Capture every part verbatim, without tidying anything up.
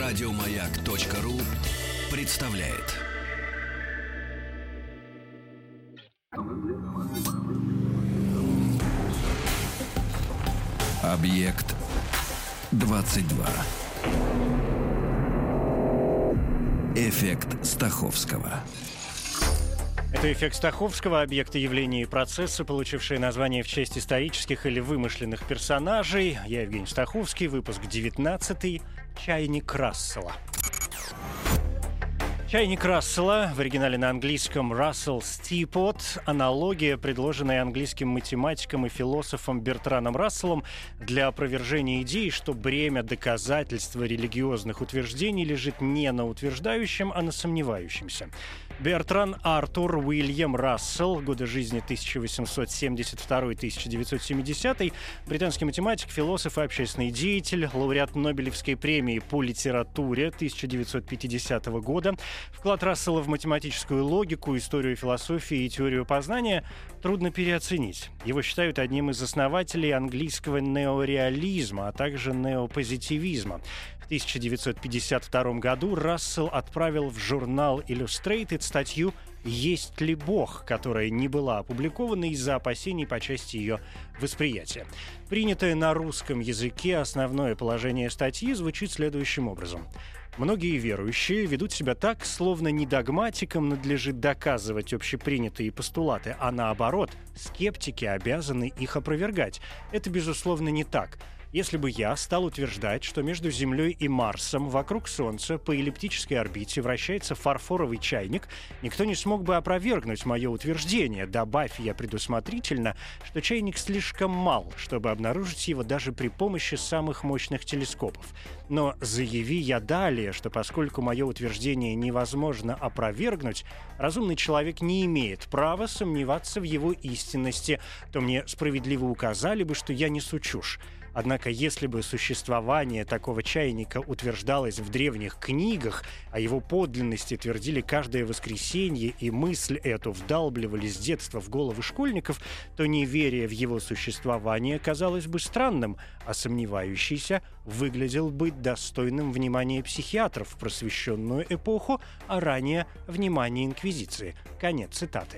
Радиомаяк.ру представляет. Объект двадцать два. Эффект Стаховского. Это эффект Стаховского, объекты явления и процесса, получившие название в честь исторических или вымышленных персонажей. Я Евгений Стаховский, выпуск девятнадцатый. Чайник Рассела. Чайник Рассела, в оригинале на английском Russell's Teapot, аналогия, предложенная английским математиком и философом Бертраном Расселом для опровержения идеи, что бремя доказательства религиозных утверждений лежит не на утверждающем, а на сомневающемся. Бертран Артур Уильям Рассел, годы жизни тысяча восемьсот семьдесят второй — тысяча девятьсот семидесятый, британский математик, философ и общественный деятель, лауреат Нобелевской премии по литературе тысяча девятьсот пятидесятого года. Вклад Рассела в математическую логику, историю философии и теорию познания трудно переоценить. Его считают одним из основателей английского неореализма, а также неопозитивизма. В тысяча девятьсот пятьдесят втором году Рассел отправил в журнал Illustrated статью «Есть ли Бог?», которая не была опубликована из-за опасений по части ее восприятия. Принятое на русском языке основное положение статьи звучит следующим образом. Многие верующие ведут себя так, словно не догматикам надлежит доказывать общепринятые постулаты, а наоборот, скептики обязаны их опровергать. Это, безусловно, не так. Если бы я стал утверждать, что между Землей и Марсом вокруг Солнца по эллиптической орбите вращается фарфоровый чайник, никто не смог бы опровергнуть мое утверждение, добавь я предусмотрительно, что чайник слишком мал, чтобы обнаружить его даже при помощи самых мощных телескопов. Но заяви я далее, что поскольку мое утверждение невозможно опровергнуть, разумный человек не имеет права сомневаться в его истинности, то мне справедливо указали бы, что я несу чушь. Однако, если бы существование такого чайника утверждалось в древних книгах, а его подлинности твердили каждое воскресенье, и мысль эту вдалбливали с детства в головы школьников, то неверие в его существование казалось бы странным, а сомневающийся выглядел бы достойным внимания психиатров в просвещенную эпоху, а ранее внимания инквизиции. Конец цитаты.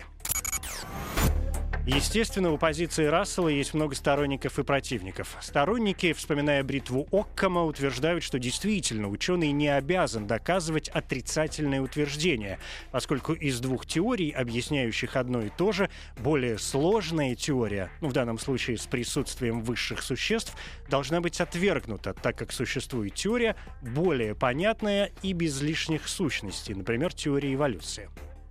Естественно, у позиции Рассела есть много сторонников и противников. Сторонники, вспоминая бритву Оккама, утверждают, что действительно ученый не обязан доказывать отрицательное утверждение, поскольку из двух теорий, объясняющих одно и то же, более сложная теория, ну, в данном случае с присутствием высших существ, должна быть отвергнута, так как существует теория более понятная и без лишних сущностей, например, теория эволюции.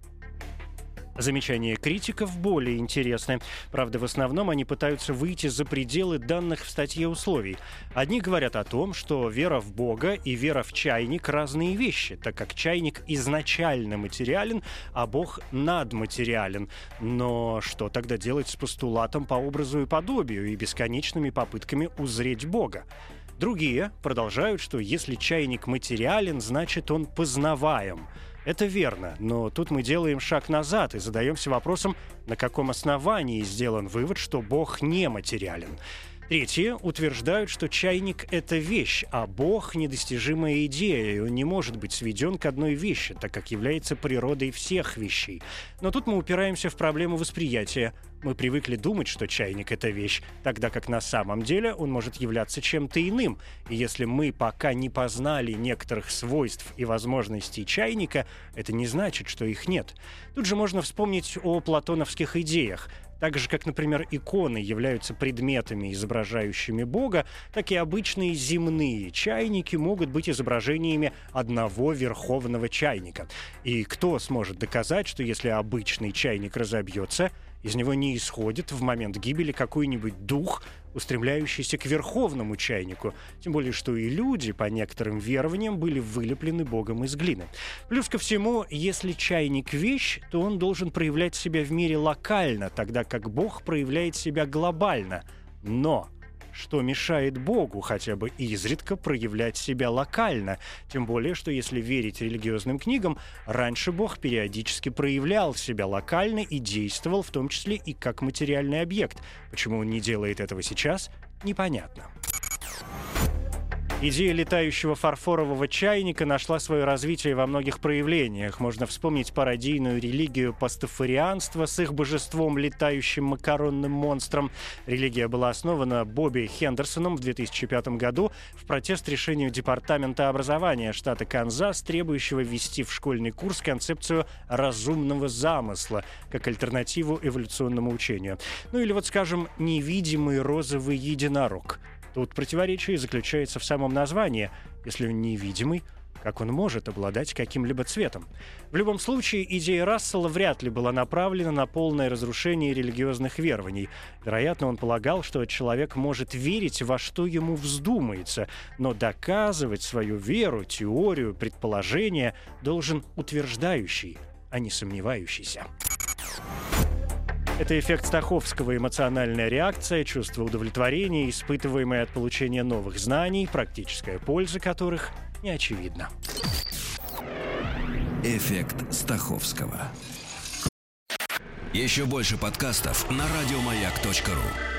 Замечания критиков более интересны. Правда, в основном они пытаются выйти за пределы данных в статье условий. Одни говорят о том, что вера в Бога и вера в чайник – разные вещи, так как чайник изначально материален, а Бог надматериален. Но что тогда делать с постулатом по образу и подобию и бесконечными попытками узреть Бога? Другие продолжают, что если чайник материален, значит он познаваем. Это верно, но тут мы делаем шаг назад и задаемся вопросом, на каком основании сделан вывод, что Бог нематериален. Третьи утверждают, что чайник — это вещь, а Бог — недостижимая идея, и он не может быть сведен к одной вещи, так как является природой всех вещей. Но тут мы упираемся в проблему восприятия. Мы привыкли думать, что чайник — это вещь, тогда как на самом деле он может являться чем-то иным. И если мы пока не познали некоторых свойств и возможностей чайника, это не значит, что их нет. Тут же можно вспомнить о платоновских идеях. Так же, как, например, иконы являются предметами, изображающими Бога, так и обычные земные чайники могут быть изображениями одного верховного чайника. И кто сможет доказать, что если обычный чайник разобьется, из него не исходит в момент гибели какой-нибудь дух, устремляющийся к верховному чайнику. Тем более, что и люди, по некоторым верованиям, были вылеплены Богом из глины. Плюс ко всему, если чайник — вещь, то он должен проявлять себя в мире локально, тогда как Бог проявляет себя глобально. Но что мешает Богу хотя бы изредка проявлять себя локально? Тем более, что если верить религиозным книгам, раньше Бог периодически проявлял себя локально и действовал в том числе и как материальный объект. Почему он не делает этого сейчас, непонятно. Идея летающего фарфорового чайника нашла свое развитие во многих проявлениях. Можно вспомнить пародийную религию пастафарианства с их божеством, летающим макаронным монстром. Религия была основана Бобби Хендерсоном в две тысячи пятом году в протест решению Департамента образования штата Канзас, требующего ввести в школьный курс концепцию разумного замысла как альтернативу эволюционному учению. Ну или вот, скажем, невидимый розовый единорог. Тут противоречие заключается в самом названии. Если он невидимый, как он может обладать каким-либо цветом? В любом случае, идея Рассела вряд ли была направлена на полное разрушение религиозных верований. Вероятно, он полагал, что человек может верить во что ему вздумается, но доказывать свою веру, теорию, предположение должен утверждающий, а не сомневающийся. Это эффект Стаховского, эмоциональная реакция, чувство удовлетворения, испытываемое от получения новых знаний, практическая польза которых не очевидна. Эффект Стаховского. Еще больше подкастов на радиомаяк точка ру.